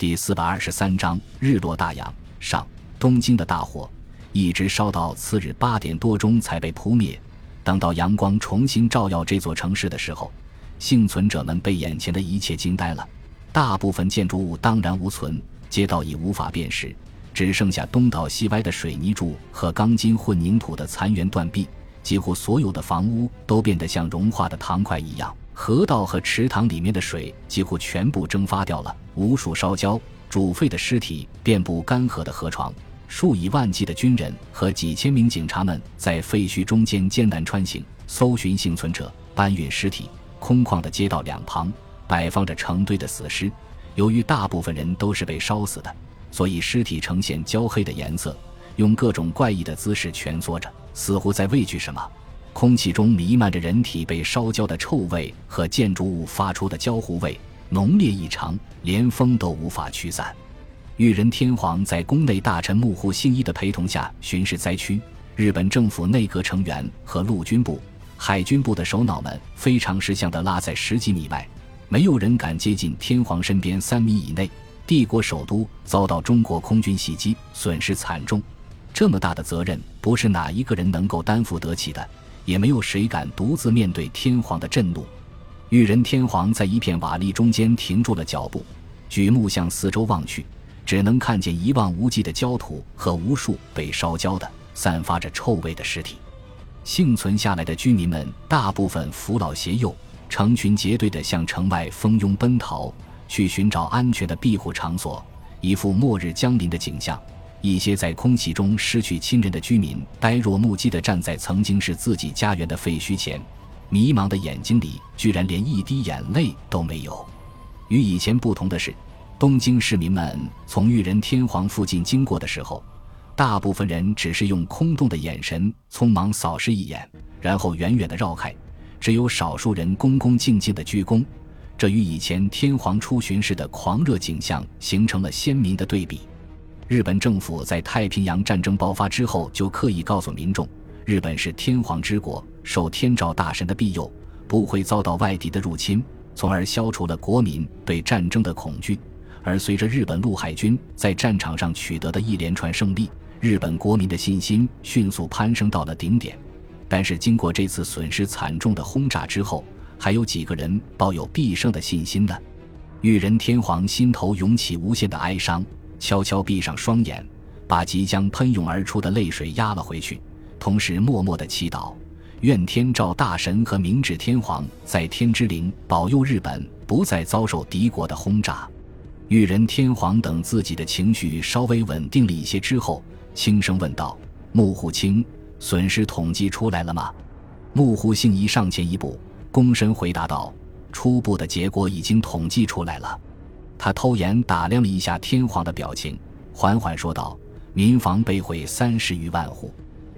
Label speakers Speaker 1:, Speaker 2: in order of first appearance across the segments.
Speaker 1: 第423章日落大洋。上，东京的大火一直烧到次日8点多钟才被扑灭。等到阳光重新照耀这座城市的时候，幸存者们被眼前的一切惊呆了。大部分建筑物当然无存，街道已无法辨识，只剩下东倒西歪的水泥柱和钢筋混凝土的残垣断壁。几乎所有的房屋都变得像融化的糖块一样，河道和池塘里面的水几乎全部蒸发掉了，无数烧焦煮沸的尸体遍布干涸的河床，数以万计的军人和几千名警察们在废墟中间艰难穿行，搜寻幸存者，搬运尸体。空旷的街道两旁摆放着成堆的死尸，由于大部分人都是被烧死的，所以尸体呈现焦黑的颜色，用各种怪异的姿势蜷缩着，似乎在畏惧什么。空气中弥漫着人体被烧焦的臭味和建筑物发出的焦糊味，浓烈异常，连风都无法驱散。裕仁天皇在宫内大臣木户信一的陪同下巡视灾区，日本政府内阁成员和陆军部、海军部的首脑们非常识相地拉在10几米外，没有人敢接近天皇身边3米以内。帝国首都遭到中国空军袭击，损失惨重。这么大的责任不是哪一个人能够担负得起的，也没有谁敢独自面对天皇的震怒。裕仁天皇在一片瓦砾中间停住了脚步，举目向四周望去，只能看见一望无际的焦土和无数被烧焦的散发着臭味的尸体。幸存下来的居民们大部分扶老携幼，成群结队地向城外蜂拥奔逃，去寻找安全的庇护场所，一副末日将临的景象。一些在空袭中失去亲人的居民呆若木鸡地站在曾经是自己家园的废墟前，迷茫的眼睛里居然连一滴眼泪都没有。与以前不同的是，东京市民们从裕仁天皇附近经过的时候，大部分人只是用空洞的眼神匆忙扫视一眼，然后远远地绕开，只有少数人恭恭敬敬地鞠躬。这与以前天皇出巡时的狂热景象形成了鲜明的对比。日本政府在太平洋战争爆发之后就刻意告诉民众，日本是天皇之国，受天照大神的庇佑，不会遭到外敌的入侵，从而消除了国民对战争的恐惧。而随着日本陆海军在战场上取得的一连串胜利，日本国民的信心迅速攀升到了顶点。但是经过这次损失惨重的轰炸之后，还有几个人抱有必胜的信心呢？裕仁天皇心头涌起无限的哀伤，悄悄闭上双眼，把即将喷涌而出的泪水压了回去，同时默默地祈祷，愿天照大神和明治天皇在天之灵保佑日本不再遭受敌国的轰炸。裕仁天皇等自己的情绪稍微稳定了一些之后，轻声问道：木户清，损失统计出来了吗？木户信一上前一步，躬身回答道：初步的结果已经统计出来了。他偷眼打量了一下天皇的表情，缓缓说道：民房被毁30余万户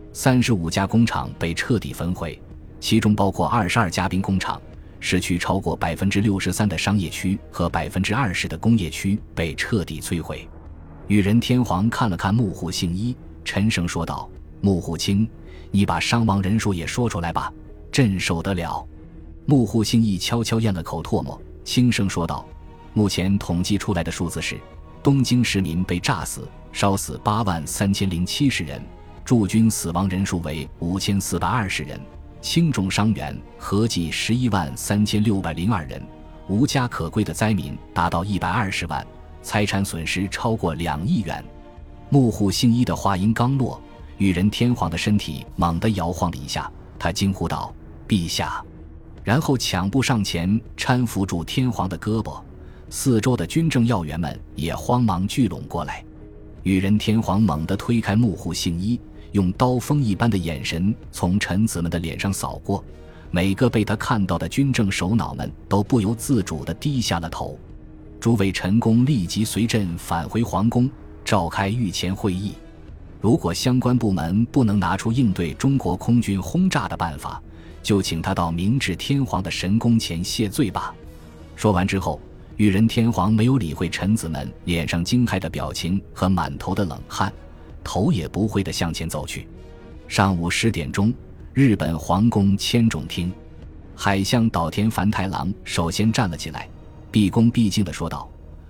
Speaker 1: ，35家工厂被彻底焚毁，其中包括22家兵工厂，市区超过 63% 的商业区和 20% 的工业区被彻底摧毁。裕仁天皇看了看木户信一，沉声说道：木户清，你把伤亡人数也说出来吧，朕受得了。木户信一悄悄咽了口唾沫，轻声说道：目前统计出来的数字是，东京市民被炸死、烧死83070人，驻军死亡人数为5420人，轻重伤员合计113602人，无家可归的灾民达到120万，财产损失超过2亿元。木户信一的话音刚落，裕仁天皇的身体猛地摇晃了一下，他惊呼道：陛下！然后抢步上前搀扶住天皇的胳膊，四周的军政要员们也慌忙聚拢过来。裕仁天皇猛地推开木户信一，用刀锋一般的眼神从臣子们的脸上扫过，每个被他看到的军政首脑们都不由自主地低下了头。诸位臣工立即随朕返回皇宫，召开御前会议。如果相关部门不能拿出应对中国空军轰炸的办法，就请他到明治天皇的神宫前谢罪吧。说完之后，裕仁天皇没有理会臣子们脸上惊骇的表情和满头的冷汗，头也不回地向前走去。上午10点钟，日本皇宫千种厅，海相岛田繁太郎首先站了起来，毕恭毕敬地说道：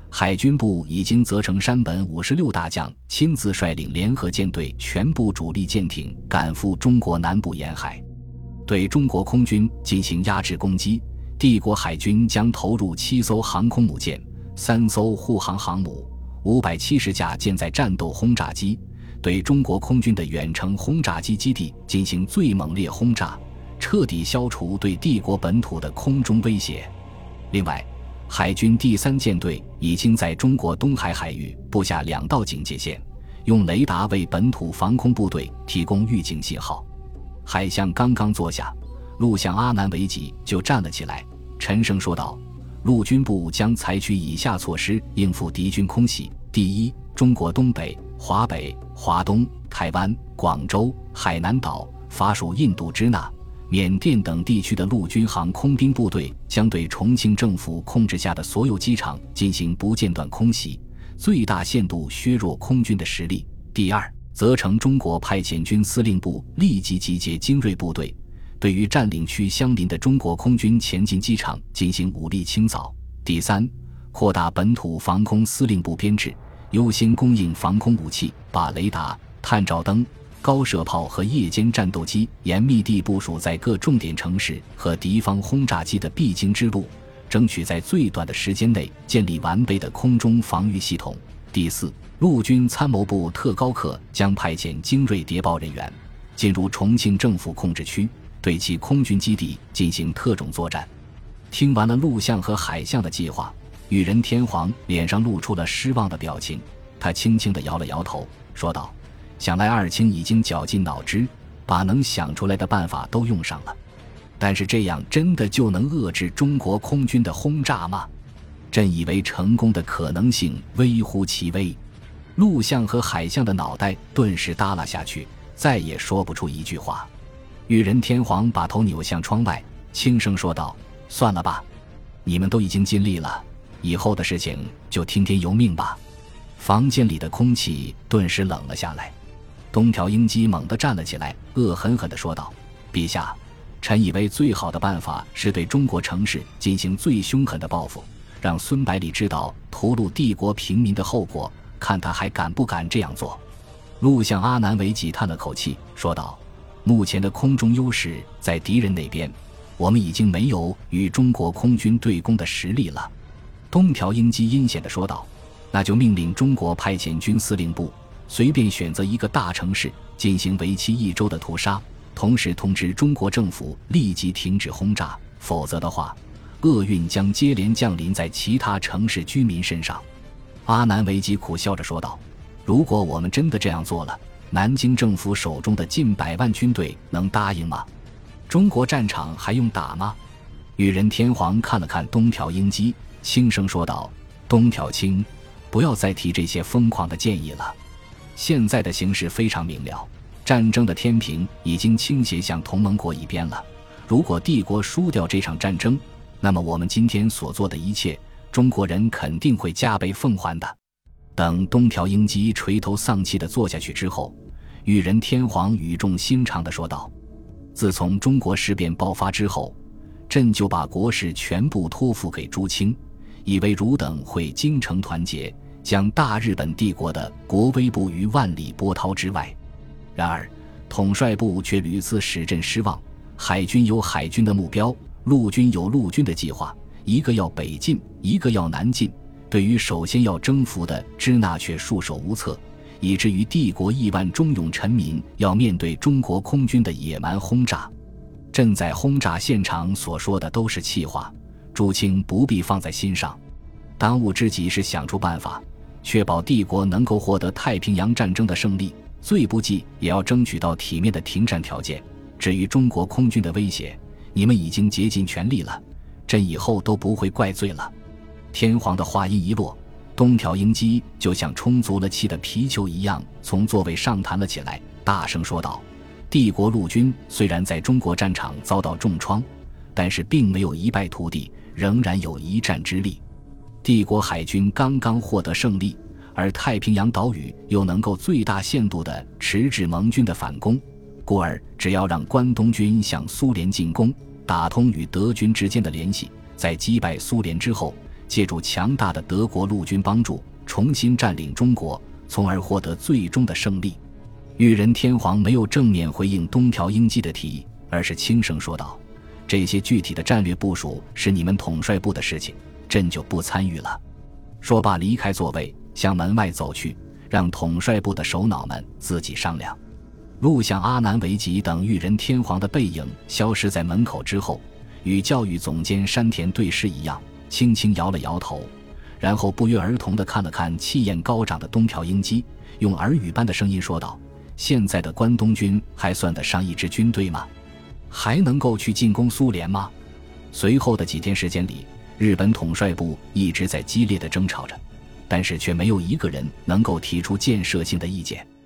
Speaker 1: 海军部已经责成山本56大将亲自率领联合舰队全部主力舰艇赶赴中国南部沿海，对中国空军进行压制攻击。帝国海军将投入7艘航空母舰、3艘护航航母、570架舰载战斗轰炸机，对中国空军的远程轰炸机基地进行最猛烈轰炸，彻底消除对帝国本土的空中威胁。另外，海军第3舰队已经在中国东海海域布下2道警戒线，用雷达为本土防空部队提供预警信号。海相刚刚坐下，陆相阿南惟几就站了起来，沉声说道：陆军部将采取以下措施应付敌军空袭。第一，中国东北、华北、华东、台湾、广州、海南岛、法属印度支那、缅甸等地区的陆军航空兵部队将对重庆政府控制下的所有机场进行不间断空袭，最大限度削弱空军的实力。第二，责成中国派遣军司令部立即集结精锐部队，对于占领区相邻的中国空军前进机场进行武力清扫。第三，扩大本土防空司令部编制，优先供应防空武器，把雷达、探照灯、高射炮和夜间战斗机严密地部署在各重点城市和敌方轰炸机的必经之路，争取在最短的时间内建立完备的空中防御系统。第四，陆军参谋部特高课将派遣精锐谍报人员进入重庆政府控制区，对其空军基地进行特种作战。听完了陆相和海相的计划，裕仁天皇脸上露出了失望的表情，他轻轻地摇了摇头，说道：想来二卿已经绞尽脑汁，把能想出来的办法都用上了。但是这样真的就能遏制中国空军的轰炸吗？朕以为成功的可能性微乎其微。陆相和海相的脑袋顿时耷拉下去，再也说不出一句话。裕仁天皇把头扭向窗外，轻声说道：算了吧，你们都已经尽力了，以后的事情就听天由命吧。房间里的空气顿时冷了下来。东条英机猛地站了起来，恶狠狠地说道：陛下，臣以为最好的办法是对中国城市进行最凶狠的报复，让孙百里知道屠戮帝国平民的后果，看他还敢不敢这样做。陆相阿南惟几叹了口气，说道：目前的空中优势在敌人那边，我们已经没有与中国空军对攻的实力了。东条英机阴险地说道：那就命令中国派遣军司令部随便选择一个大城市进行为期1周的屠杀，同时通知中国政府立即停止轰炸，否则的话，厄运将接连降临在其他城市居民身上。阿南惟几苦笑着说道：如果我们真的这样做了，南京政府手中的近100万军队能答应吗？中国战场还用打吗？裕仁天皇看了看东条英机，轻声说道：东条卿，不要再提这些疯狂的建议了。现在的形势非常明了，战争的天平已经倾斜向同盟国一边了。如果帝国输掉这场战争，那么我们今天所做的一切，中国人肯定会加倍奉还的。等东条英机垂头丧气地坐下去之后，裕仁天皇语重心长地说道：自从中国事变爆发之后，朕就把国事全部托付给朱清，以为汝等会精诚团结，将大日本帝国的国威布于万里波涛之外。然而统帅部却屡次使朕失望，海军有海军的目标，陆军有陆军的计划，一个要北进，一个要南进，对于首先要征服的支那却束手无策，以至于帝国亿万忠勇臣民要面对中国空军的野蛮轰炸。朕在轰炸现场所说的都是气话，朱清不必放在心上。当务之急是想出办法，确保帝国能够获得太平洋战争的胜利，最不济也要争取到体面的停战条件。至于中国空军的威胁，你们已经竭尽全力了，朕以后都不会怪罪了。天皇的话音一落，东条英机就像充足了气的皮球一样从座位上弹了起来，大声说道：帝国陆军虽然在中国战场遭到重创，但是并没有一败涂地，仍然有一战之力。帝国海军刚刚获得胜利，而太平洋岛屿又能够最大限度地迟滞盟军的反攻，故而只要让关东军向苏联进攻，打通与德军之间的联系，在击败苏联之后， 借助强大的德国陆军帮助，重新占领中国，从而获得最终的胜利。裕仁天皇没有正面回应东条英机的提议，而是轻声说道：这些具体的战略部署是你们统帅部的事情，朕就不参与了。说罢离开座位，向门外走去，让统帅部的首脑们自己商量。录像阿南惟吉等裕仁天皇的背影消失在门口之后，与教育总监山田对视一样，轻轻摇了摇头，然后不约而同地看了看气焰高涨的东条英机，用耳语般的声音说道：现在的关东军还算得上一支军队吗？还能够去进攻苏联吗？随后的几天时间里，日本统帅部一直在激烈的争吵着，但是却没有一个人能够提出建设性的意见。